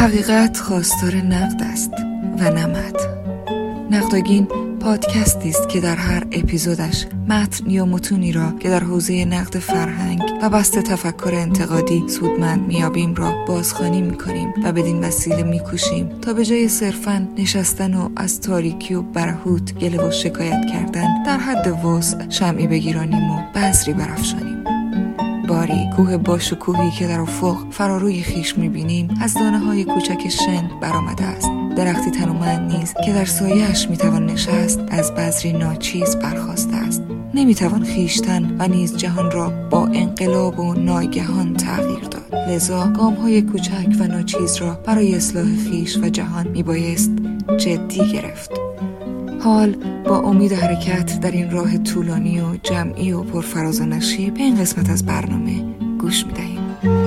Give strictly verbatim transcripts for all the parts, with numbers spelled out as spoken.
حقیقت خواستار نقد است و نه متن. نقداگین پادکستی است که در هر اپیزودش متن یا متونی را که در حوزه نقد فرهنگ و بسط تفکر انتقادی سودمند میابیم را بازخوانی میکنیم و بدین وسیله میکوشیم تا به جای صرفاً نشستن و از تاریکی و برهوت گله و شکایت کردن در حد وسع شمعی بگیرانیم و بذری برافشانیم. باری کوه باشکوهی که در افق فراروی خیش میبینیم از دانه های کوچک شن برآمده است. درختی تنومند نیز که در سایه‌اش میتوان نشست از بذری ناچیز برخاسته است. نمیتوان خیشتن و نیز جهان را با انقلاب و ناگهان تغییر داد. لذا گام‌های کوچک و ناچیز را برای اصلاح خیش و جهان میبایست جدی گرفت. حال با امید حرکت در این راه طولانی و جمعی و پرفراز و نشیب به این قسمت از برنامه گوش میدهیم.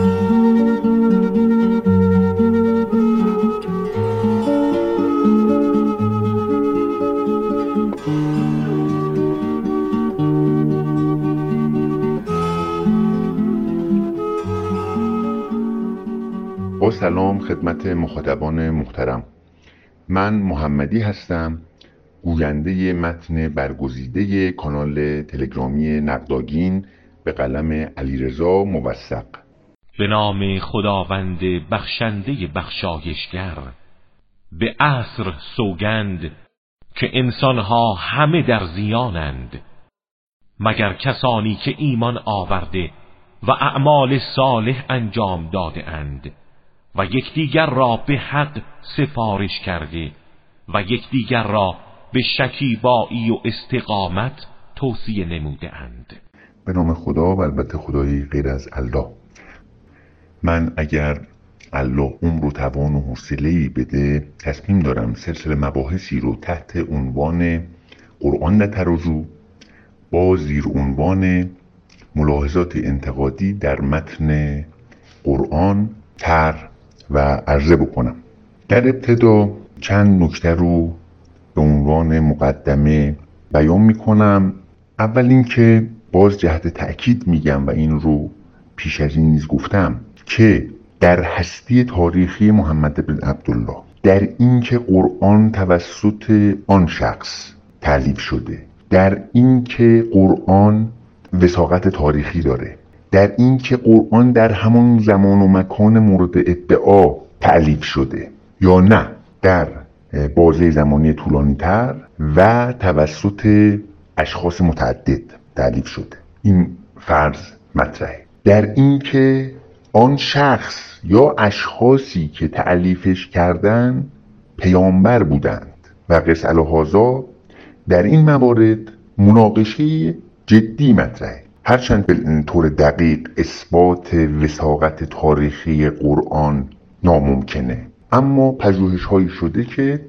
با سلام خدمت مخاطبان محترم. من محمدی هستم، گوینده متن برگزیده کانال تلگرامی نقداگین به قلم علیرضا موثق. به نام خداوند بخشنده بخشایشگر. به عصر سوگند که انسانها همه در زیانند، مگر کسانی که ایمان آورده و اعمال صالح انجام داده اند و یکدیگر را به حق سفارش کرده و یکدیگر را به شکیبایی و استقامت توصیه نموده اند. به نام خدا و البته خدایی غیر از الله. من اگر الله عمر و توان و حوصله‌ای بده تصمیم دارم سلسله مباحثی رو تحت عنوان قرآن در ترازو با زیر عنوان ملاحظات انتقادی در متن قرآن طرح و عرضه بکنم. در ابتدا چند نکته رو به عنوان مقدمه بیان میکنم. اول اینکه باز جهت تأکید میگم و این رو پیش از این نیز گفتم که در هستی تاریخی محمد بن عبدالله، در اینکه قرآن توسط آن شخص تألیف شده، در اینکه قرآن وثاقت تاریخی داره، در اینکه قرآن در همان زمان و مکان مورد ادعا تألیف شده یا نه در بازه زمانی طولانی تر و توسط اشخاص متعدد تألیف شده، این فرض مطرحه. در این که آن شخص یا اشخاصی که تألیفش کردن پیامبر بودند و قس الهذا، در این موارد مناقشه جدی مطرحه. هرچند به طور دقیق اثبات وثاقت تاریخی قرآن ناممکنه، اما پژوهش هایی شده که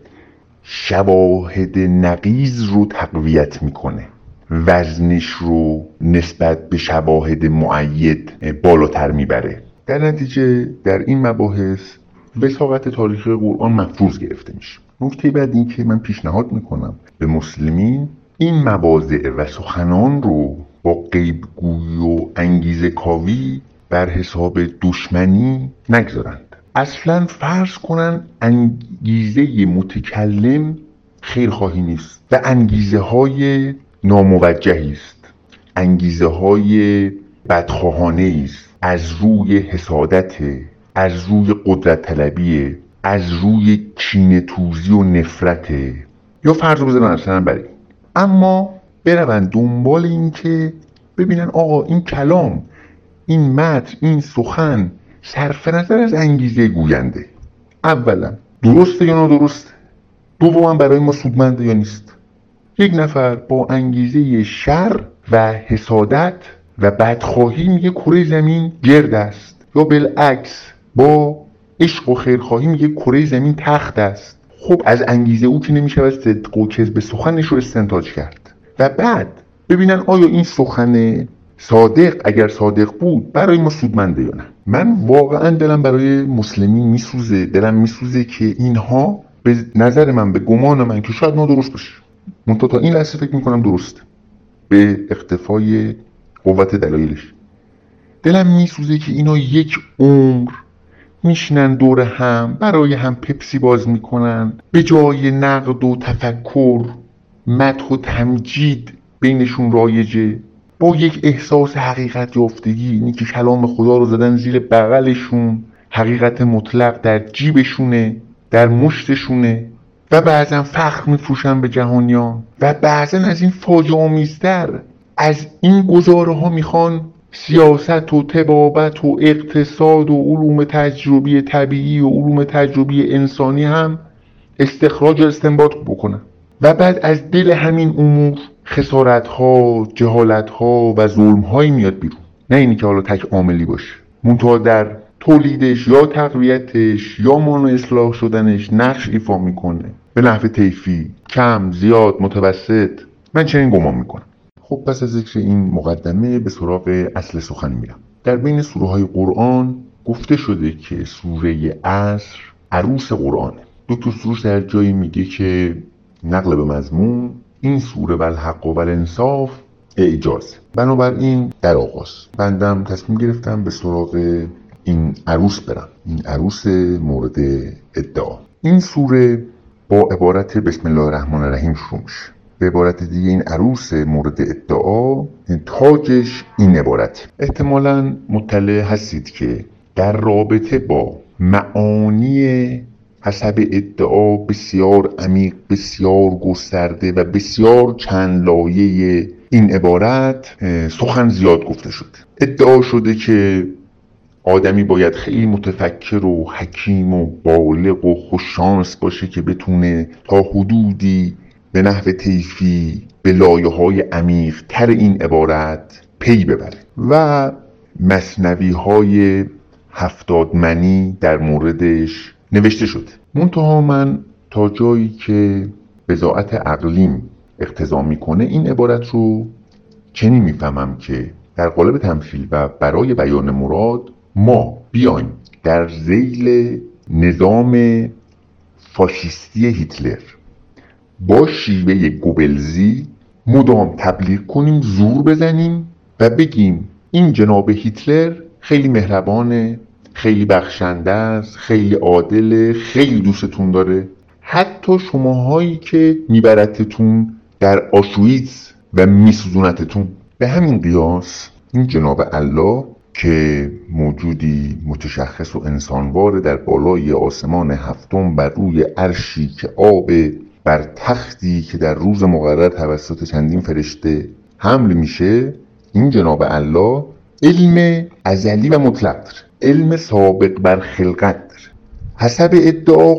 شواهد نقیض رو تقویت میکنه، وزنش رو نسبت به شواهد مؤید بالاتر میبره. در نتیجه در این مباحث وثاقت تاریخی قرآن مفروض گرفته میشه. نکته بعد این که من پیشنهاد میکنم به مسلمین این مواضع و سخنان رو با غیبگویی و انگیزه کاوی بر حساب دشمنی نگذارند. اصلا فرض کنن انگیزه متکلم خیرخواهی نیست و انگیزه های ناموجهی است، انگیزه های بدخواهانه است، از روی حسادت، از روی قدرت طلبی، از روی کینه توزی و نفرت، یا فرض بزنن اصلا برای اما برون دنبال این که ببینن آقا این کلام، این متن، این سخن صرف نظر از انگیزه گوینده اولا درسته یا نادرسته، دوما برای ما سودمنده یا نیست. یک نفر با انگیزه شر و حسادت و بدخواهی میگه کره زمین گرد است، یا بالعکس با عشق و خیرخواهی میگه کره زمین تخت است. خب از انگیزه او که نمیشه از صدق و کذب سخنش رو استنتاج کرد. و بعد ببینن آیا این سخن صادق اگر صادق بود برای ما سودمنده یا نه. من واقعا دلم برای مسلمین میسوزه، دلم میسوزه که اینها به نظر من، به گمان من که شاید نادرست باشه، منتها تا این لحظه فکر میکنم درسته به اقتفای قوت دلایلش، دلم میسوزه که اینا یک عمر میشینن دور هم برای هم پپسی باز میکنن، به جای نقد و تفکر مدح و تمجید بینشون رایجه، با یک احساس حقیقت یافتگی، اینی که کلام خدا رو زدن زیر بغلشون، حقیقت مطلق در جیبشونه، در مشتشونه، و بعضا فخر میفروشن به جهانیان و بعضا از این فاجعه آمیزتر از این گزاره ها میخوان سیاست و طبابت و اقتصاد و علوم تجربی طبیعی و علوم تجربی انسانی هم استخراج و استنباط بکنن و بعد از دل همین امور خسارت ها، جهالت ها و ظلم هایی میاد بیرون. نه اینی که حالا تک عاملی باشه، منتها در تولیدش یا تقویتش یا مانع اصلاح شدنش نقش ایفا میکنه به نحو طیفی، کم، زیاد، متوسط. من چنین گمان میکنم. خب پس از ذکر این مقدمه به سراغ اصل سخن میرم. در بین سوره های قرآن گفته شده که سوره عصر عروس قرآنه. دکتر سروش در جایی میگه که نقل به مضمون این سوره والحق و والانصاف اعجاز. بنابراین در آغاز بندم تصمیم گرفتم به سراغ این عروس برم، این عروس مورد ادعا. این سوره با عبارت بسم الله الرحمن الرحیم شروع میشه. به عبارت دیگه این عروس مورد ادعا تاجش این عبارت. احتمالاً مطلع هستید که در رابطه با معانی حسب ادعا بسیار عمیق، بسیار گسترده و بسیار چند لایه این عبارت سخن زیاد گفته شده. ادعا شده که آدمی باید خیلی متفکر و حکیم و بالغ و خوششانس باشه که بتونه تا حدودی به نحو طیفی به لایه‌های عمیق تر این عبارت پی ببره و مثنوی های هفتاد منی در موردش نوشته شده. منتها من تا جایی که بضاعت عقلیم اقتضا میکنه این عبارت رو چنین میفهمم که در قالب تمثیل و برای بیان مراد ما بیایم در ذیل نظام فاشیستی هیتلر با شیوه گوبلزی مدام تبلیغ کنیم، زور بزنیم و بگیم این جناب هیتلر خیلی مهربانه، خیلی بخشنده است، خیلی عادله، خیلی دوستتون داره، حتی شماهایی که میبرتتون در آشویتز و میسوزونتتون. به همین قیاس این جناب الله که موجودی متشخص و انسانوار در بالای آسمان هفتم بر روی عرشی که آب بر تختی که در روز مقرر توسط چندین فرشته حمل میشه، این جناب الله علم ازلی و مطلق داره، علم سابق بر خلقت داره، حسب ادعا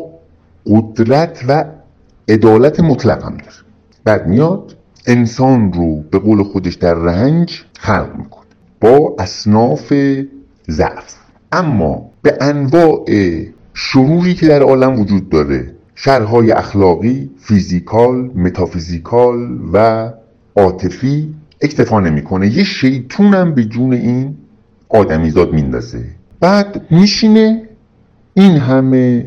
قدرت و عدالت مطلق هم داره. بعد میاد انسان رو به قول خودش در رنج خلق میکنه با اصناف ضعف، اما به انواع شروری که در عالم وجود داره، شرهای اخلاقی، فیزیکال، متافیزیکال و عاطفی، اکتفا نمیکنه، یه شیطونم به جون این آدمیزاد میندازه. بعد میشینه این همه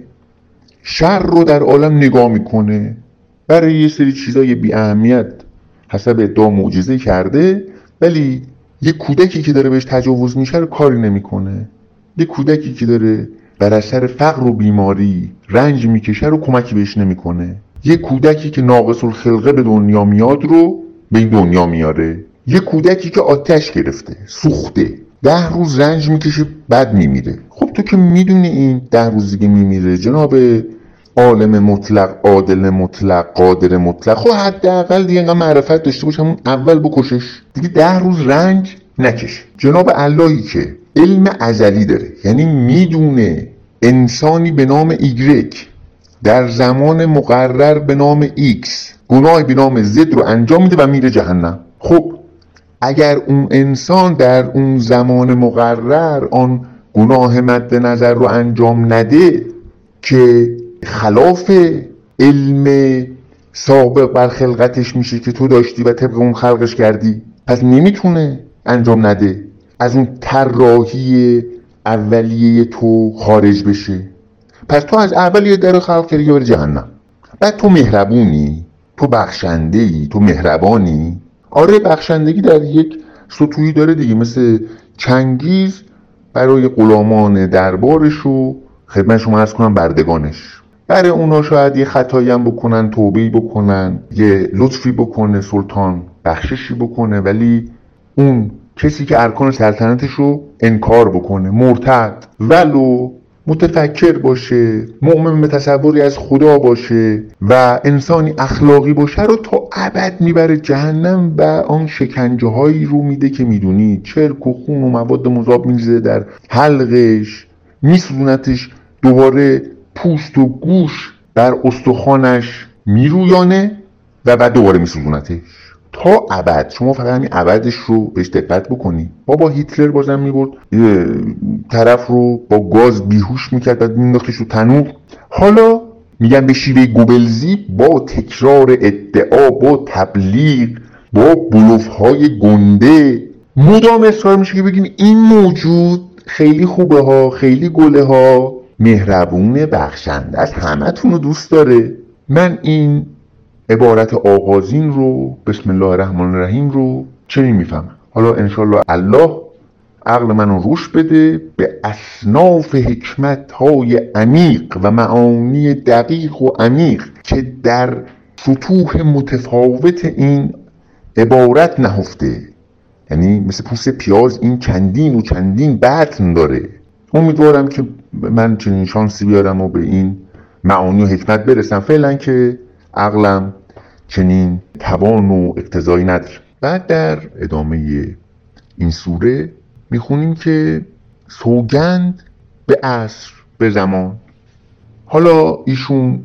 شر رو در عالم نگاه میکنه، برای یه سری چیزای بی اهمیت حسب ادعا معجزه کرده، ولی یه کودکی که داره بهش تجاوز میشه رو کاری نمیکنه، یه کودکی که داره بر اثر فقر و بیماری رنج میکشه رو کمکی بهش نمیکنه، یه کودکی که ناقص الخلقه به دنیا میاد رو به این دنیا میاره، یه کودکی که آتش گرفته، سوخته، ده روز رنج میکشه بعد میمیره. خب تو که میدونی این ده روز دیگه میمیره، جناب عالم مطلق، عادل مطلق، قادر مطلق، خب حداقل دیگه انقدر معرفت داشته باشه همون اول بکشش دیگه، ده روز رنج نکشه. جناب اللهی که علم ازلی داره، یعنی میدونه انسانی به نام ایگرک در زمان مقرر به ایکس ایکس گناهی به نام زد رو انجام میده و میره جهنم. خب اگر اون انسان در اون زمان مقرر آن گناه مد نظر رو انجام نده که خلاف علم سابق بر خلقتش میشه که تو داشتی و طبق اون خلقش کردی، پس نمیتونه انجام نده، از اون طراحی اولیه تو خارج بشه. پس تو از اول یه در خلق کردی بری جهنم. بعد تو مهربونی، تو بخشنده‌ای، تو مهربانی. آره بخشندگی در یک سطوحی داره دیگه، مثل چنگیز برای غلامان دربارش و خدمت شما عرض کنم بردگانش. برای اونا شاید یه خطایی هم بکنن، توبه‌ای بکنن، یه لطفی بکنه سلطان، بخششی بکنه، ولی اون کسی که ارکان سلطنتش رو انکار بکنه، مرتد ولو متفکر باشه، مؤمن به تصوری از خدا باشه و انسانی اخلاقی باشه رو تا ابد میبره جهنم و آن شکنجه هایی رو میده که میدونی، چرک و خون و مواد مذاب میریزه در حلقش، میسوزونتش، دوباره پوست و گوش در استخوانش میرویانه و بعد دوباره میسوزونتش تا ابد. شما فقط همین ابدش رو بهش دقت بکنی. بابا هیتلر بازم میبرد یه طرف رو با گاز بیهوش میکرد بعد مینداختش رو تنور. حالا میگن به شیوه گوبلزی با تکرار ادعا، با تبلیغ، با بلوف‌های گنده مدام اصرار میشه که بگین این موجود خیلی خوبه ها، خیلی گله ها، مهربونه، بخشنده است، همتون رو دوست داره. من این عبارت آغازین رو، بسم الله الرحمن الرحیم رو چنین میفهمم. حالا انشالله الله عقل منو روش بده به اصناف حکمت های عمیق و معانی دقیق و عمیق که در سطوح متفاوت این عبارت نهفته. یعنی مثل پوست پیاز این چندین و چندین بطن داره. امیدوارم که من چنین شانسی بیارم و به این معانی و حکمت برسم. فعلا که عقلم چنین توان و اقتضایی نداره. بعد در ادامه این سوره میخونیم که سوگند به عصر، به زمان. حالا ایشون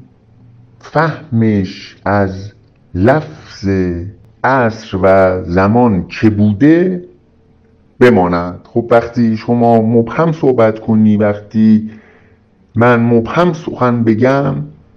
فهمش از لفظ عصر و زمان چه بوده بماند. خب وقتی شما مبهم صحبت کنی، وقتی من مبهم سخن بگم،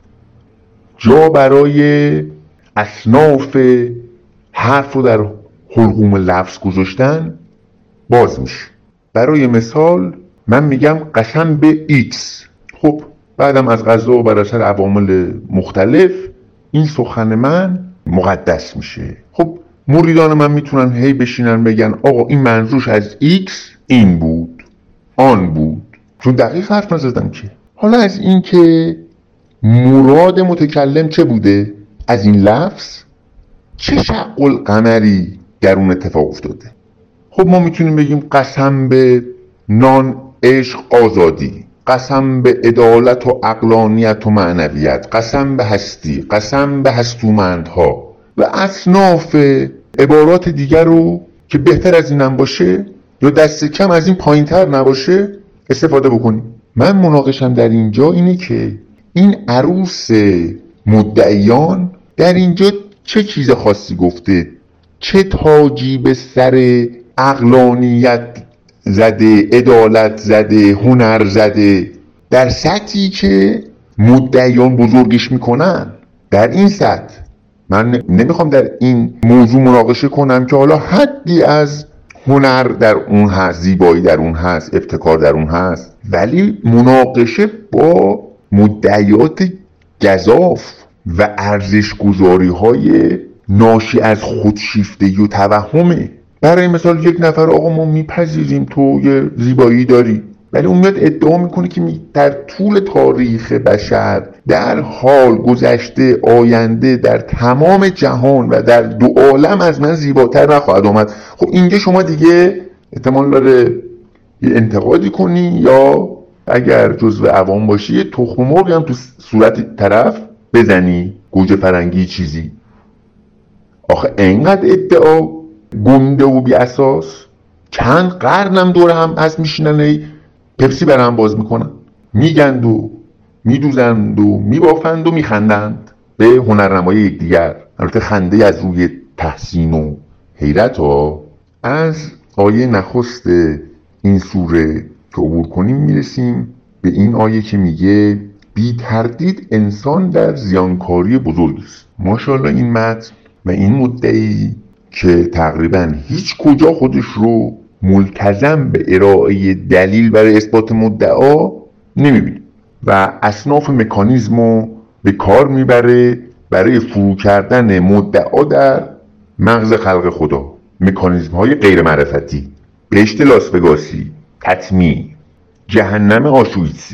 جا برای اصناف حرف رو در حلقوم لفظ گذاشتن باز میشه. برای مثال من میگم قسم به ایکس، خب بعدم از قضا و بر اثر عوامل مختلف این سخن من مقدس میشه. خب مریدان من میتونن هی بشینن بگن آقا این منظورش از ایکس این بود، آن بود، چون دقیق حرف نزدم که. حالا از این که مراد متکلم چه بوده از این لفظ، چه شق القمری در اون اتفاق افتاده. خب ما میتونیم بگیم قسم به نان، عشق، آزادی، قسم به عدالت و عقلانیت و معنویت، قسم به هستی، قسم به هستومندها و اصناف عبارات دیگر رو که بهتر از اینم باشه یا دست کم از این پایین تر نباشه استفاده بکنیم. من مناقشم در اینجا اینه که این عروس مدعیان در اینجا چه چیز خاصی گفته، چه تاجی به سر عقلانیت زده، عدالت زده، هنر زده، در سطحی که مدعیان بزرگش میکنن. در این سطح من نمیخوام در این موضوع مناقشه کنم که حالا حدی از هنر در اون هست، زیبایی در اون هست، ابتکار در اون هست، ولی مناقشه با مدعیات گزاف و ارزش گذاری های ناشی از خودشیفتگی و توهمه. برای مثال یک نفر آقا ما میپذیریم تو یه زیبایی داری، ولی اون میاد ادعا میکنه که در طول تاریخ بشر، در حال، گذشته، آینده، در تمام جهان و در دو عالم از من زیباتر نخواهد آمد. خب اینجا شما دیگه احتمال داره یه انتقادی کنی یا اگر جزو عوام باشی یه تخم مرغ هم تو صورت طرف بزنی، گوجه فرنگی چیزی. آخه اینقدر ادعا گنده و بی اساس، چند قرنم دور هم از میشینن پپسی برام باز میکنن، میگند و میدوزند و میبافند و میخندند به هنرنمای یکدیگر. البته خنده از روی تحسین و حیرت. ها از آیه نخست این سوره که عبور کنیم میرسیم به این آیه که میگه بی تردید انسان در زیانکاری بزرگ است. ماشاءالله این متن و این مدعی که تقریبا هیچ کجا خودش رو ملتزم به ارائه دلیل برای اثبات مدعا نمیبینیم و اصناف مکانیزم رو به کار میبره برای فرو کردن مدعا در مغز خلق خدا. مکانیزم های غیر معرفتی، بهشت لاس وگاسی، تطمیع، جهنم آشویتسی،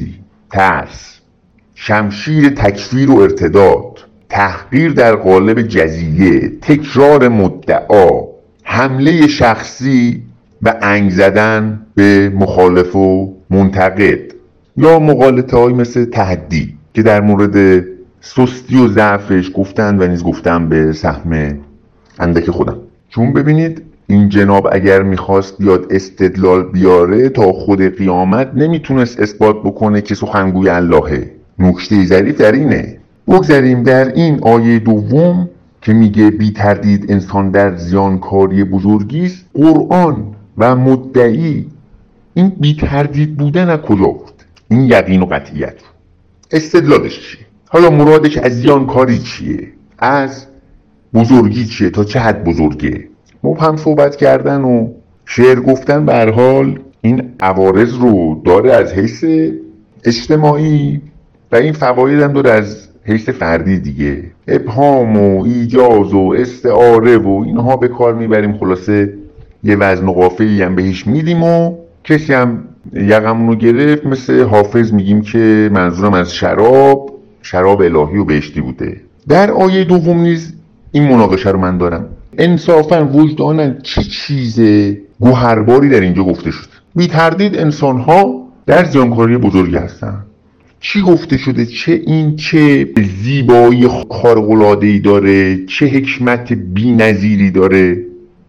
ترس، شمشیر تکفیر و ارتداد، تحقیر در قالب جزیه، تکرار مدعا، حمله شخصی و انگ زدن به مخالف و منتقد، یا مغالطه های مثل تحدی که در مورد سستی و ضعفش گفتن و نیز گفتن به سهم اندک خودم. چون ببینید این جناب اگر میخواست بیاد استدلال بیاره تا خود قیامت نمیتونست اثبات بکنه که سخنگوی اللهه. نکته ظریف در اینه. بگذاریم در این آیه دوم که میگه بی تردید انسان در زیانکاری بزرگی است، قرآن و مدعی این بی تردید بودن از کجا بود؟ این یقین و قطعیت استدلالش چیه؟ حالا مرادش از زیانکاری چیه؟ از بزرگی چیه؟ تا چه حد بزرگه؟ مبهم صحبت کردن و شعر گفتن به هر حال این عوارض رو داره از حیث اجتماعی و این فواید هم داره از حیث فردی دیگه. ابهام و ایجاز و استعاره و اینها به کار میبریم، خلاصه یه وزن و قافیه‌ای هم بهش میدیم و کسی هم یقمونو گرفت مثل حافظ میگیم که منظورم از شراب شراب الهی و بهشتی بوده. در آیه دوم نیز این مناقشه رو من دارم. انصافاً وجداناً چه چیز گوهرباری در اینجا گفته شد؟ بی تردید انسان‌ها در زیانکاری بزرگی هستن. چی گفته شده؟ چه این چه زیبایی خارق‌العاده‌ای داره، چه حکمت بی‌نظیری داره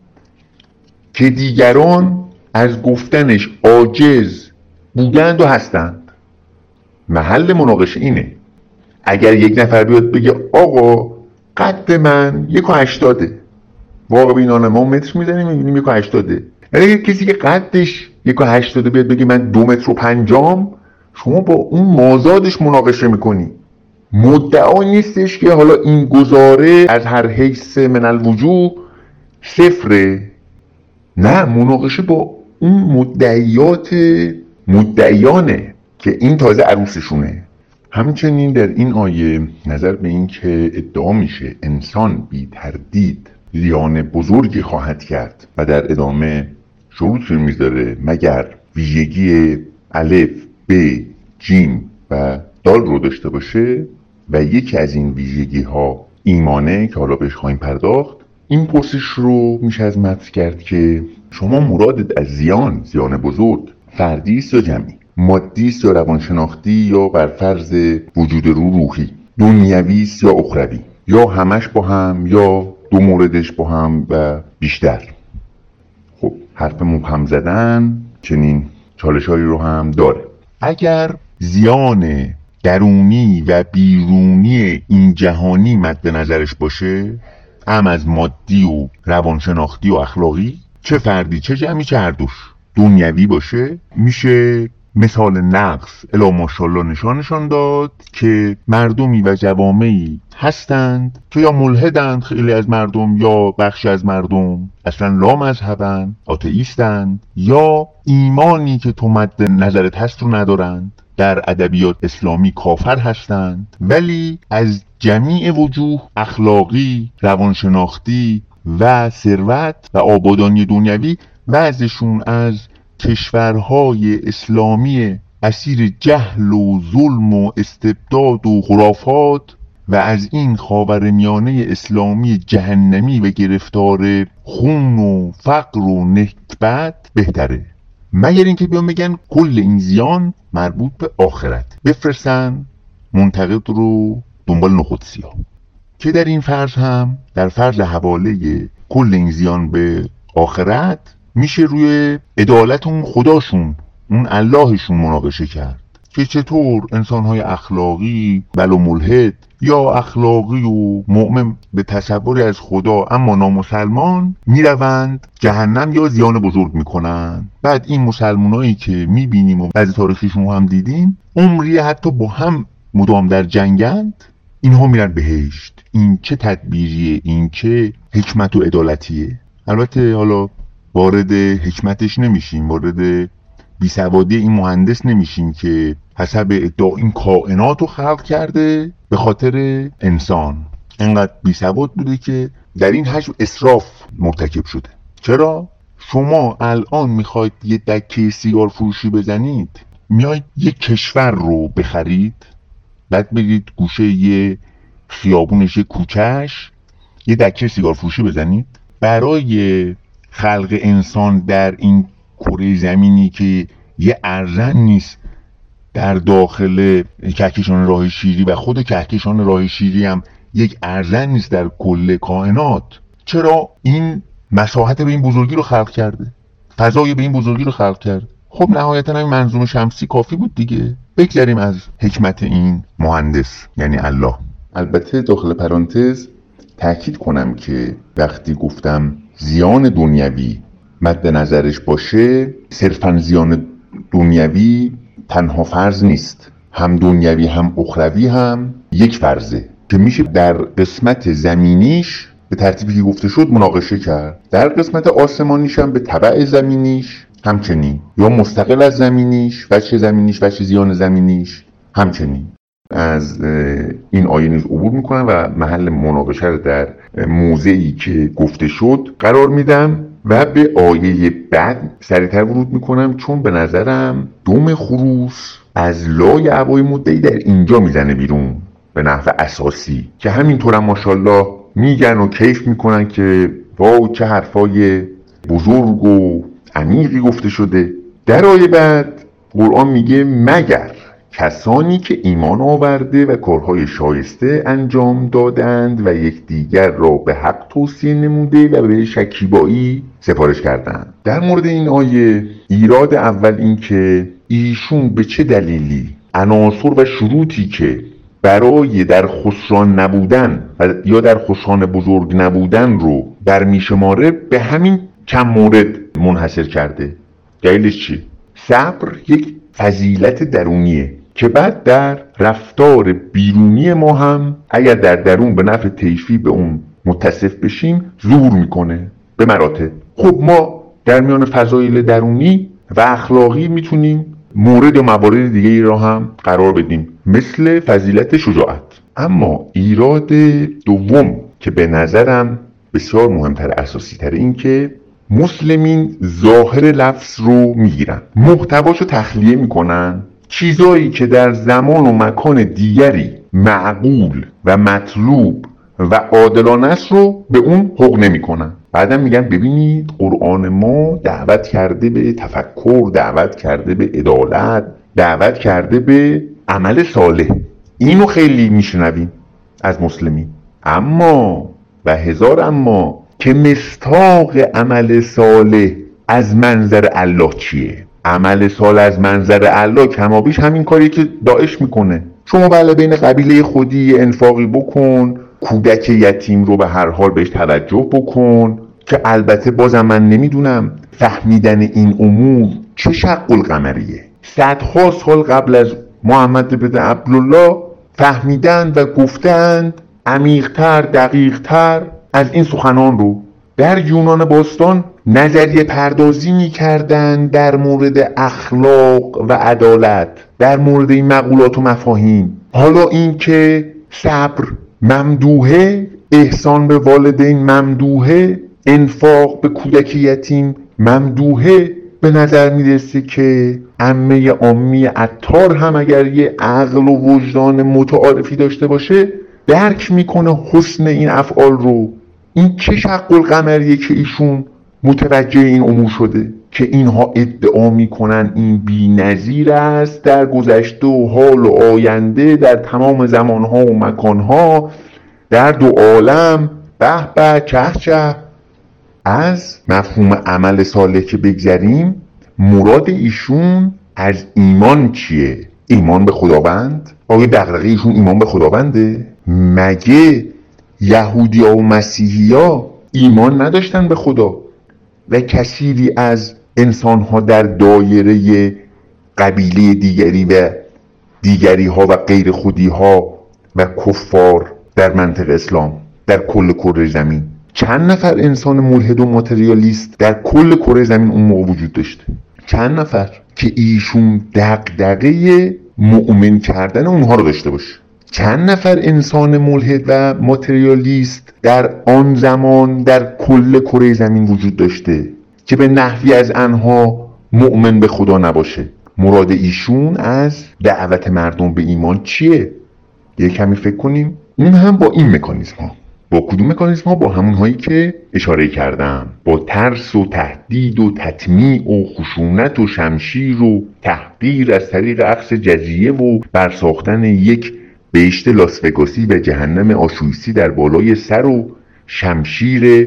که دیگران از گفتنش عاجز بودند و هستند. محل مناقشه اینه. اگر یک نفر بیاد بگه آقا قد من یک و هشتاده، واقع بینانه ما متر میزنیم میبینیم یک و هشتاده، اگر کسی که قدش یک و هشتاده بیاد بگه من دو متر و پنجام، شما با اون مازادش مناقشه میکنی. مدعا نیستش که حالا این گزاره از هر حیث من الوجوه صفره، نه، مناقشه با اون مدعیات مدعیانه که این تازه عروسشونه. همچنین در این آیه نظر به این که ادعا میشه انسان بی تردید زیان بزرگی خواهد کرد و در ادامه شروط میذاره مگر ویژگی الف، ب، جیم و دال رو داشته باشه و یکی از این ویژگی ها ایمانه که حالا بهش خواهیم پرداخت. این پرسش رو میشه از مطرح کرد که شما مرادت از زیان، زیان بزرگ، فردی است یا جمعی؟ مادی است یا روانشناختی یا بر فرض وجود رو روحی؟ دنیوی است یا اخروی؟ یا همش با هم یا دو موردش با هم و بیشتر؟ خب حرف مبهم زدن چنین چالش‌هایی رو هم داره. اگر زیان درونی و بیرونی این جهانی مد نظرش باشه، هم از مادی و روانشناختی و اخلاقی، چه فردی چه جمعی چه هر دوش، دنیوی باشه، میشه مثال نقص الا ماشاءالله نشانشان داد که مردمی و جوامعی هستند که یا ملحدند خیلی از مردم، یا بخش از مردم اصلا لا مذهبند، آتئیستند، یا ایمانی که تو مد نظرت هست رو ندارند، در ادبیات اسلامی کافر هستند، ولی از جمیع وجوه اخلاقی، روانشناختی و ثروت و آبادانی دنیوی وضعشون از کشورهای اسلامی اسیر جهل و ظلم و استبداد و خرافات و از این خاورمیانه اسلامی جهنمی و گرفتار خون و فقر و نکبت بهتره. مگر اینکه بیان بگن کل این زیان مربوط به آخرت، بفرستن منتقد رو دنبال نخودسی ها که در این فرض هم در فرض حواله کل این زیان به آخرت میشه روی عدالت اون خداشون، اون اللهشون مناقشه کرد که چطور انسانهای اخلاقی بل و ملحد یا اخلاقی و مؤمن به تصوری از خدا اما نامسلمان میروند جهنم یا زیان بزرگ میکنن. بعد این مسلمانایی که میبینیم و بعضی تاریخیشون هم دیدیم عمری حتی با هم مدام در جنگند، اینها میرن بهشت. این چه تدبیریه؟ این چه حکمت و عدالتیه؟ البته حالا وارد حکمتش نمیشیم، وارد بیسوادی این مهندس نمیشیم که حسب ادعا این کائنات رو خلق کرده به خاطر انسان. اینقدر بیسواد بوده که در این حجم اسراف مرتکب شده. چرا؟ شما الان میخواید یه دکه سیگار فروشی بزنید، میاید یک کشور رو بخرید، بعد برید گوشه یه خیابونش یه کوچهش یه دکه سیگار فروشی بزنید. برای خلق انسان در این کره زمینی که یه ارزن نیست در داخل کهکشان راه شیری و خود کهکشان راه شیری هم یک ارزن نیست در کل کائنات، چرا این مساحت به این بزرگی رو خلق کرده، فضای به این بزرگی رو خلق کرده؟ خب نهایتا همین منظومه شمسی کافی بود دیگه. بگذاریم از حکمت این مهندس یعنی الله. البته داخل پرانتز تأکید کنم که وقتی گفتم زیان دنیوی مد نظرش باشه، صرفاً زیان دنیوی تنها فرض نیست، هم دنیوی هم اخروی هم یک فرضه که میشه در قسمت زمینیش به ترتیبی که گفته شد مناقشه کرد، در قسمت آسمانیش هم به تبع زمینیش همچنین، یا مستقل از زمینیش وجه زمینیش وجه زیان زمینیش همچنین. از این آیه نیز عبور میکنم و محل مناقشه رو در موضعی که گفته شد قرار میدم و به آیه بعد سریعتر ورود میکنم، چون به نظرم دم خروس از لای عبای مدعی در اینجا میزنه بیرون به نحو اساسی، که همینطور هم ماشاءالله میگن و کیف میکنن که واو چه حرفای بزرگ و عمیقی گفته شده. در آیه بعد قرآن میگه مگر کسانی که ایمان آورده و کارهای شایسته انجام دادند و یکدیگر را به حق توصیه نموده و به شکیبایی سفارش کردند. در مورد این آیه ایراد اول این که ایشون به چه دلیلی عناصر و شروطی که برای در خسران نبودن و یا در خسران بزرگ نبودن رو برمیشماره به همین چند مورد منحصر کرده. دلیلش چی؟ صبر یک فضیلت درونیه که بعد در رفتار بیرونی ما هم اگر در درون به نفع طیفی به اون متصف بشیم ظهور میکنه به مراتب. خب ما در میان فضایل درونی و اخلاقی میتونیم مورد و موارد دیگه ای را هم قرار بدیم، مثل فضیلت شجاعت. اما ایراد دوم که به نظرم بسیار مهمتر اساسی تر این که مسلمین ظاهر لفظ رو میگیرن، محتواشو تخلیه میکنن، چیزایی که در زمان و مکان دیگری معقول و مطلوب و عادلانه است رو به اون حق نمیکنن. بعدا میگن ببینید قرآن ما دعوت کرده به تفکر، دعوت کرده به عدالت، دعوت کرده به عمل صالح. اینو خیلی میشنویم از مسلمین، اما و هزار اما که مستاق عمل صالح از منظر الله چیه؟ عمل صالح از منظر الله کمابیش همین کاری که داعش میکنه. شما بله بین قبیله خودی انفاقی بکن، کودک یتیم رو به هر حال بهش توجه بکن، که البته بازم من نمیدونم فهمیدن این امور چه شق القمریه. صدها سال قبل از محمد بن عبدالله فهمیدن و گفتند عمیق‌تر دقیق‌تر از این سخنان رو. در یونان باستان نظریه پردازی می کردن در مورد اخلاق و عدالت، در مورد این مقولات و مفاهیم. حالا این که صبر ممدوحه، احسان به والدین ممدوحه، انفاق به کودک یتیم ممدوحه، به نظر میرسه که عمه عامی عطار هم اگر یه عقل و وجدان متعارفی داشته باشه درک میکنه حسن این افعال رو. این چه شق القمریه که ایشون متوجه این امور شده که اینها ادعا میکنن این بی‌نظیر است در گذشته و حال و آینده، در تمام زمانها و مکانها، در دو عالم. به به چه چه. از مفهوم عمل صالح که بگذریم، مراد ایشون از ایمان چیه؟ ایمان به خداوند؟ آیا دغدغه ایشون ایمان به خداونده؟ مگه یهودی‌ها و مسیحی‌ها ایمان نداشتن به خدا و کثیری از انسان‌ها در دایره قبیله دیگری و دیگری‌ها و غیر خودی‌ها و کفار در منطقه اسلام در کل کره زمین؟ چند نفر انسان ملحد و ماتریالیست در کل کره زمین اون موقع وجود داشته؟ چند نفر که ایشون دغدغه مؤمن کردن اونها رو داشته باشه؟ چند نفر انسان ملحد و ماتریالیست در آن زمان در کل کره زمین وجود داشته که به نحوی از آنها مؤمن به خدا نباشه؟ مراد ایشون از دعوت مردم به ایمان چیه؟ یه کمی فکر کنیم. اون هم با این مکانیزم ها. با کدوم مکانیزم ها؟ با همون هایی که اشاره کردم، با ترس و تهدید و تطمیع و خشونت و شمشیر و تحقیر از طریق اخذ جزیه و برساختن یک بهشت لاسوگاسی و جهنم آشویسی در بالای سر و شمشیر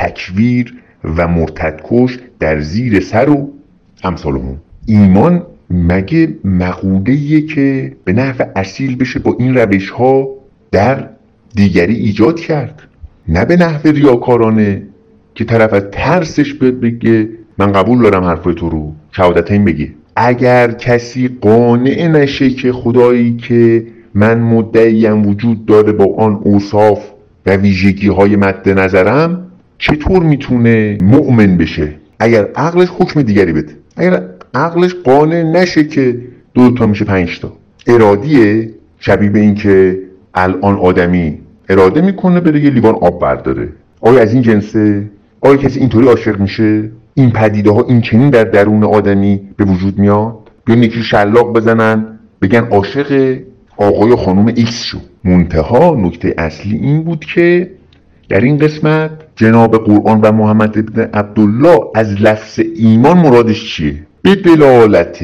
تکویر و مرتدکش در زیر سر و امثالهم. ایمان مگه مقوله‌ایه که به نحو اصیل بشه با این روش ها در دیگری ایجاد کرد؟ نه به نحو ریاکارانه که طرف از ترسش بگه من قبول دارم حرفای تو رو، شهادتین بگه. اگر کسی قانع نشه که خدایی که من مدعیم وجود داره با آن اوصاف و ویژگی های مد نظرم، چطور میتونه مؤمن بشه؟ اگر عقلش حکم دیگری بده، اگر عقلش قانع نشه که دو تا میشه پنج تا. ارادیه شبیه به این که الان آدمی اراده میکنه بره یه لیوان آب برداره. آیا از این جنسه؟ آیا کسی اینطوری عاشق میشه؟ این پدیده ها این چنین در درون آدمی به وجود میاد؟ بیان یکی شلاق بزنن بگن عاشق آقای و خانم ایکس شو. منتها نکته اصلی این بود که در این قسمت جناب قرآن و محمد بن عبدالله از لفظ ایمان مرادش چیه؟ به دلالت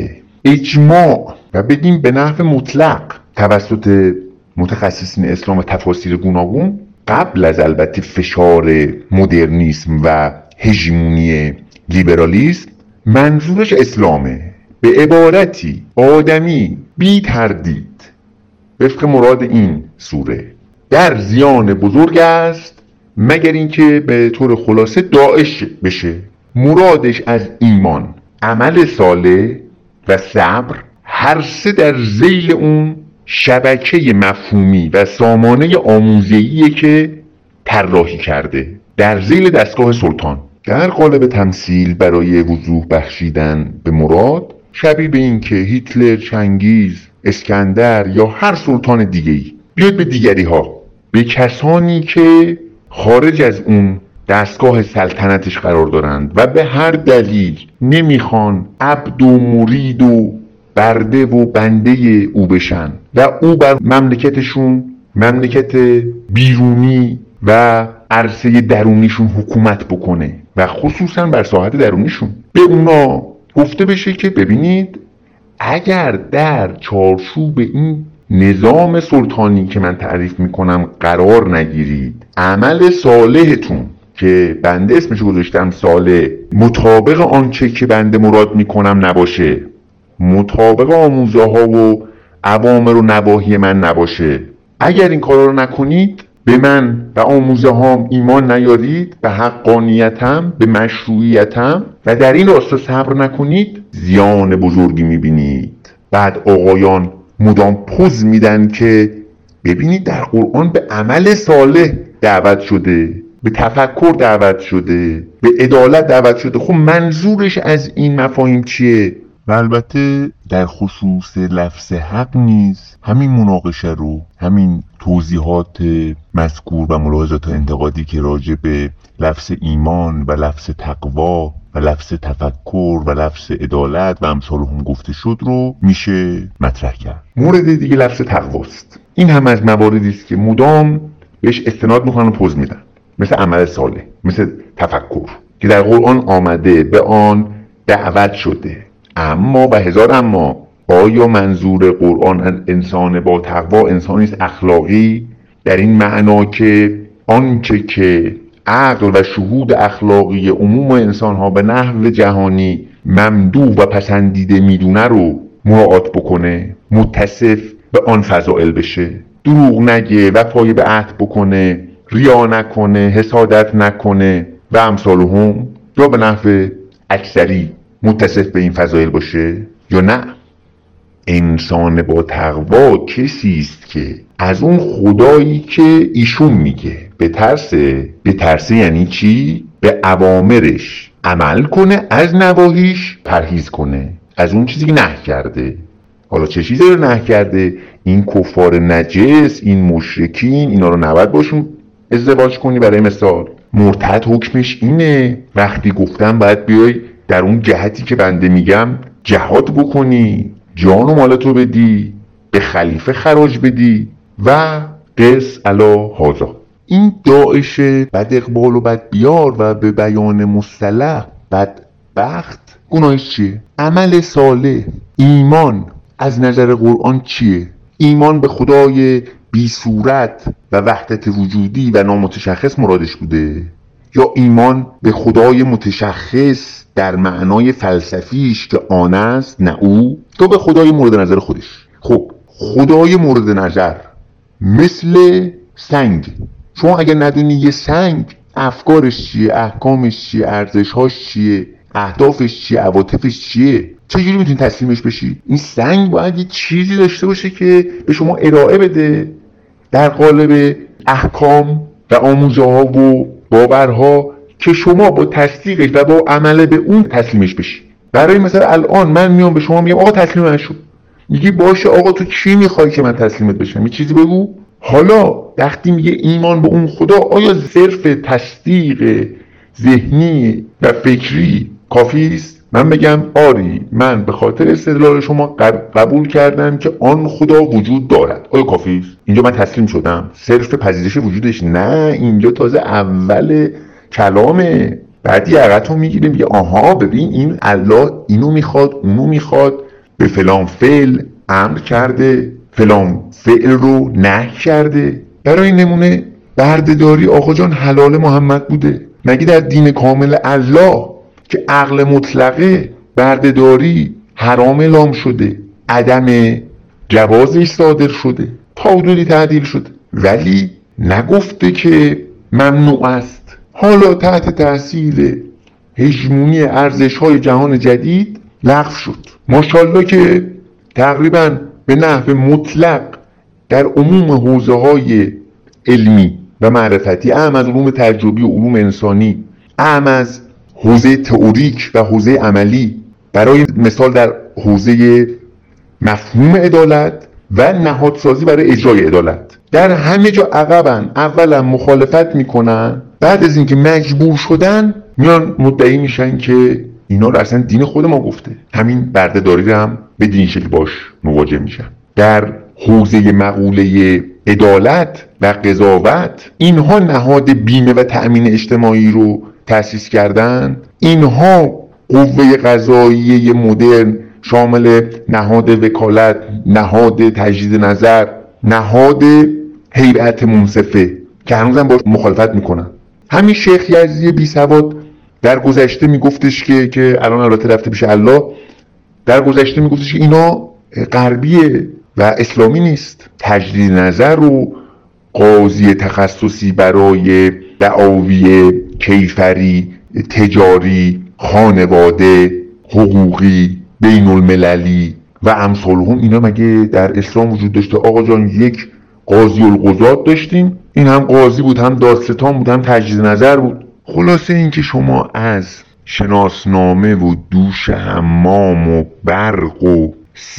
اجماع و بگیم به نحو مطلق توسط متخصصین اسلام و تفاسیر گوناگون، قبل از البته فشار مدرنیسم و هژمونی لیبرالیسم، منظورش اسلامه. به عبارتی آدمی بی تردید وفق مراد این سوره در زیان بزرگ است مگر اینکه به طور خلاصه داعش بشه. مرادش از ایمان عمل صالح و صبر، هر سه در ذیل اون شبکه مفهومی و سامانه آموزه‌ایه که طراحی کرده در ذیل دستگاه سلطان. در قالب تمثیل برای وضوح بخشیدن به مراد، شبیه به این که هیتلر، چنگیز، اسکندر یا هر سلطان دیگه‌ای بیاد به دیگری ها، به کسانی که خارج از اون دستگاه سلطنتش قرار دارند و به هر دلیل نمیخوان عبد و مرید و برده و بنده او بشن و او بر مملکتشون، مملکت بیرونی و عرصه درونیشون حکومت بکنه و خصوصا بر ساحت درونیشون. به اونا گفته بشه که ببینید اگر در چارچوب این نظام سلطانی که من تعریف میکنم قرار نگیرید، عمل صالحتون که بنده اسمشو گذاشتم صالح، مطابق آنچه که بنده مراد میکنم نباشه، مطابق آموزه ها و اوامر و نواهی من نباشه، اگر این کارا رو نکنید، به من و آموزه هام ایمان نیارید، به حقانیتم، به مشروعیتم و در این راستا صبر نکنید، زیان بزرگی میبینید. بعد آقایان مدام پوز میدن که ببینید در قرآن به عمل صالح دعوت شده، به تفکر دعوت شده، به عدالت دعوت شده. خب منظورش از این مفاهیم چیه؟ و البته در خصوص لفظ حق نیز همین مناقشه رو، همین توضیحات مذکور و ملاحظات انتقادی که راجع به لفظ ایمان و لفظ تقوا و لفظ تفکر و لفظ عدالت و امثال هم گفته شد رو میشه مطرح کرد. مورد دیگه لفظ تقواست. این هم از مواردی است که مدام بهش استناد میکنن و پوز میدن، مثل عمل صالح، مثل تفکر که در قرآن آمده، به آن دعوت شده. اما و هزار اما، آیا منظور قرآن انسان با تقوا انسانی است اخلاقی، در این معنا که آنچه که عقل و شهود اخلاقی عموم انسان‌ها به نحو جهانی ممدوح و پسندیده میدونه رو مراعات بکنه، متصف به آن فضائل بشه، دروغ نگه، وفای به عهد بکنه، ریا نکنه، حسادت نکنه و امثالهم، یا به نحو اکثری متصف به این فضایل باشه یا نه؟ انسان با تقوا کسی است که از اون خدایی که ایشون میگه بترسه. بترسه یعنی چی؟ به اوامرش عمل کنه، از نواهیش پرهیز کنه، از اون چیزی که نهی کرده. حالا چه چیزی رو نهی کرده؟ این کفار نجس، این مشرکین، اینا رو نباید باشون ازدواج کنی. برای مثال مرتد حکمش اینه، وقتی گفتم باید بیای در اون جهتی که بنده میگم جهاد بکنی، جان و مالتو بدی، به خلیفه خراج بدی و قس علا هازا. این داعش بد اقبال و بد بیار و به بیان مصطلح بدبخت گناهش چیه؟ عمل صالح. ایمان از نظر قرآن چیه؟ ایمان به خدای بی صورت و وحدت وجودی و نامتشخص مرادش بوده، یا ایمان به خدای متشخص در معنای فلسفیش که آن است نه او، تو به خدای مورد نظر خودش. خب خدای مورد نظر مثل سنگ. شما اگر ندونی یه سنگ افکارش چیه، احکامش چیه، ارزشهاش چیه، اهدافش چیه، عواطفش چیه، چجوری میتونی تسلیمش بشی؟ این سنگ باید یه چیزی داشته باشه که به شما ارائه بده در قالب احکام و آموزه ها و باورها که شما با تصدیقش و با عمل به اون تسلیمش بشی. برای مثلا الان من میام به شما میگم آقا تسلیم من شو، میگی باشه آقا تو چی میخوای که من تسلیمت بشم؟ یه چیزی بگو. حالا وقتی میگه ایمان به اون خدا، آیا صرف تصدیق ذهنی و فکری کافی است؟ من بگم آری من به خاطر استدلال شما قبول کردم که آن خدا وجود دارد، آیا کافی است؟ اینجا من تسلیم شدم؟ صرف پذیرش وجودش نه، اینجا تازه اول کلامه. بعدی عقدتو میگیره میگه آها ببین این الله اینو میخواد اونو میخواد، به فلان فعل امر کرده، فلان فعل رو نهی کرده. برای نمونه بردهداری آقا جان حلال محمد بوده. مگه در دین کامل الله که عقل مطلقه بردهداری حرام اعلام شده، عدم جوازش صادر شده، تا حدودی تعدیل شده، ولی نگفته که ممنوع است. حالا تحت تاثیر هژمونی ارزش‌های جهان جدید لغو شد. ماشاءالله که تقریباً به نحو مطلق در عموم حوزه‌های علمی و معرفتی، اهم از علوم تجربی و علوم انسانی، اهم از حوزه تئوریک و حوزه عملی، برای مثال در حوزه مفهوم عدالت و نهادسازی برای اجرای عدالت، در همه جا عقبن. اولا مخالفت میکنن، بعد از اینکه مجبور شدن میان مدعی میشن که اینا رو اصلا دین خود ما گفته. همین بردهداری رو هم به دین شکل باش مواجه میشن. در حوزه مقوله عدالت و قضاوت، اینها نهاد بیمه و تأمین اجتماعی رو تأسیس کردن. اینها قوه قضاییه مدرن شامل نهاد وکالت، نهاد تجدید نظر، نهاد هیئت منصفه که هنوزم باش مخالفت میکنن. همین شیخ یزدی بی سواد در گذشته میگفتش که که الان البته رفته پیش الله، در گذشته میگفتش که اینا غربیه و اسلامی نیست. تجدید نظر و قاضی تخصصی برای دعاوی کیفری، تجاری، خانواده، حقوقی، بین المللی و امثالهم، اینا مگه در اسلام وجود داشته؟ آقا جان یک قاضی القضات داشتیم، این هم قاضی بود، هم دادستان بود، هم تجدید نظر بود. خلاصه این که شما از شناسنامه و دوش حمام و برق و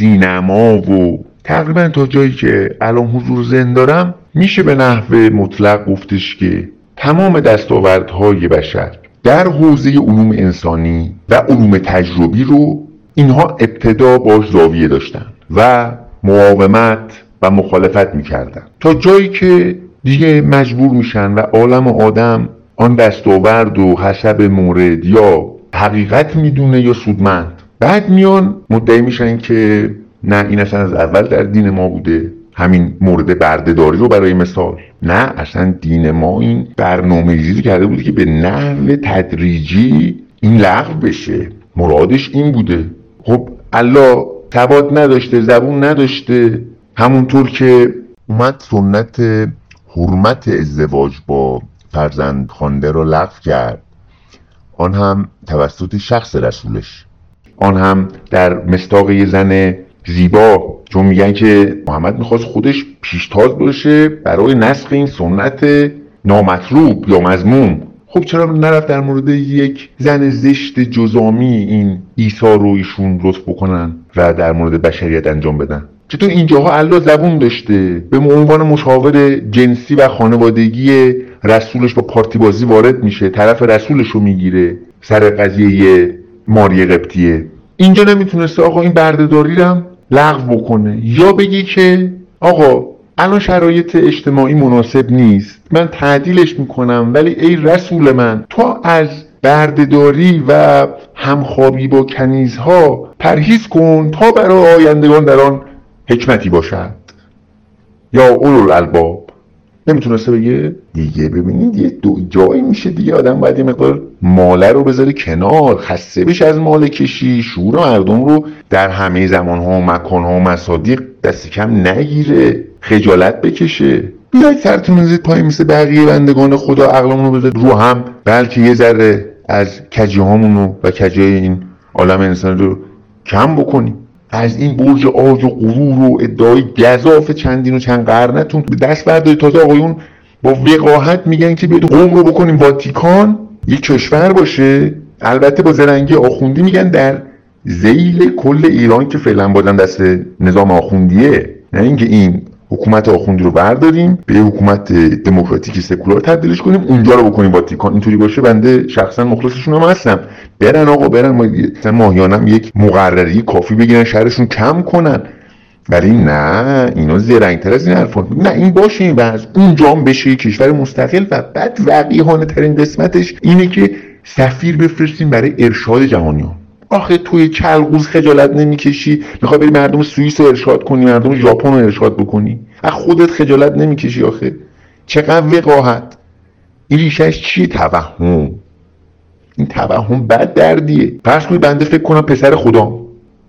سینما و تقریبا تا جایی که الان حضور ذهن دارم میشه به نحو مطلق گفتش که تمام دستاوردهای بشر در حوزه علوم انسانی و علوم تجربی رو اینها ابتدا باش زاویه داشتن و مقاومت و مخالفت میکردن، تا جایی که دیگه مجبور میشن و عالم و آدم آن دستاورد و حسب مورد یا حقیقت میدونه یا سودمند. بعد میان مدعی میشن که نه این اصلا از اول در دین ما بوده، همین مورد بردهداری رو برای مثال، نه اصلا دین ما این برنامه‌ریزی کرده بوده که به نحو تدریجی این لغو بشه، مرادش این بوده. خب الله سواد نداشته، زبون نداشته، همونطور که اومد سنت حرمت ازدواج با فرزند خوانده رو لغو کرد، آن هم توسط شخص رسولش، آن هم در مصداق یه زن زیبا، چون میگن که محمد میخواست خودش پیشتاز باشه برای نسخ این سنت نامطلوب یا مذموم. خب چرا نرفت در مورد یک زن زشت جزامی این ایثار رو ایشون لطف بکنن و در مورد بشریت انجام بدن؟ چطور اینجاها الله زبون داشته به عنوان مشاور جنسی و خانوادگی رسولش با پارتی بازی وارد میشه، طرف رسولش رو میگیره، سر قضیه ماری قبطیه. اینجا نمیتونسته آقا این بردهداری رو هم لغو بکنه یا بگی که آقا الان شرایط اجتماعی مناسب نیست، من تعدیلش میکنم، ولی ای رسول من تو از بردهداری و همخوابی با کنیزها پرهیز کن تا برای آیندگان در آن حکمتی باشد. یا اولوالالباب نمیتونسته بگه؟ دیگه ببینید یه دو جایی میشه دیگه آدم باید یه مقدار ماله رو بذاره کنار، خسته بشه از ماله کشی، شعور مردم رو در همه زمانها و مکانها و مصادیق دست کم نگیره، خجالت بکشه. بیاید سرتون زید پایین مثل بقیه بندگان خدا، عقلمون رو بذارید رو هم، بلکه یه ذره از کجی هامونو و کجی این عالم انسان رو کم بکنیم. از این برج آج و غرور و ادعای گزاف چندین و چند قرنتون دست بردارید. تازه آقایون با وقاحت میگن که بیاید قوم رو بکنیم واتیکان یک کشور باشه، البته با زرنگی آخوندی میگن در ذیل کل ایران که فعلا بادن دست نظام آخوندیه، نه اینکه این حکومت آخوندی رو برداریم به حکومت دموکراتیک سکولار تبدیلش کنیم اونجا رو بکنیم واتیکان. اینطوری باشه بنده شخصا مخلصشون هم هستم. برن آقا برن ما ماهیانم یک مقرری کافی بگیرن شهرشون کم کنن، ولی نه اینا زرنگ‌تر از این حرفا. نه این باشه این وضع اونجا هم بشه کشور مستقل و بعد وقیحانه ترین قسمتش اینه که سفیر بفرستیم برای ارشاد جهانیان. آخه توی کلغوز خجالت نمیکشی؟ میخوای بری مردم سوئیس رو ارشاد کنی، مردم ژاپن رو ارشاد بکنی؟ از خودت خجالت نمیکشی آخه؟ چقدر وقاحت. این ریشهش چیه؟ توهم. این توهم بد دردیه. پس کنید بنده فکر کنم پسر خدام،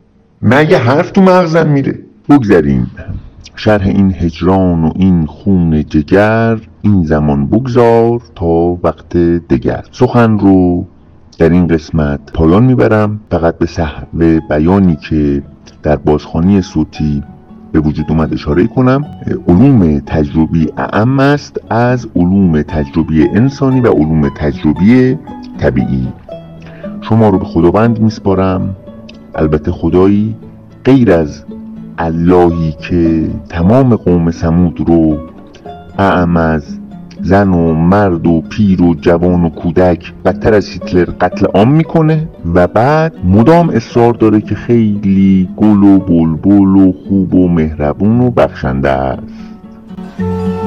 مگه حرف تو مغزم میره؟ بگذاریم شرح این هجران و این خون جگر، این زمان بگذار تا وقت دگر. سخن رو در این قسمت پایان میبرم. فقط به صحو بیانی که در بازخوانی صوتی به وجود اومد اشاره کنم. علوم تجربی اعم است از علوم تجربی انسانی و علوم تجربی طبیعی. شما رو به خداوند میسپارم، البته خدایی غیر از اللهی که تمام قوم ثمود رو اعم از زن و مرد و پیر و جوان و کودک بدتر از هیتلر قتل عام میکنه و بعد مدام اصرار داره که خیلی گل و بلبل و خوب و مهربون و بخشنده است.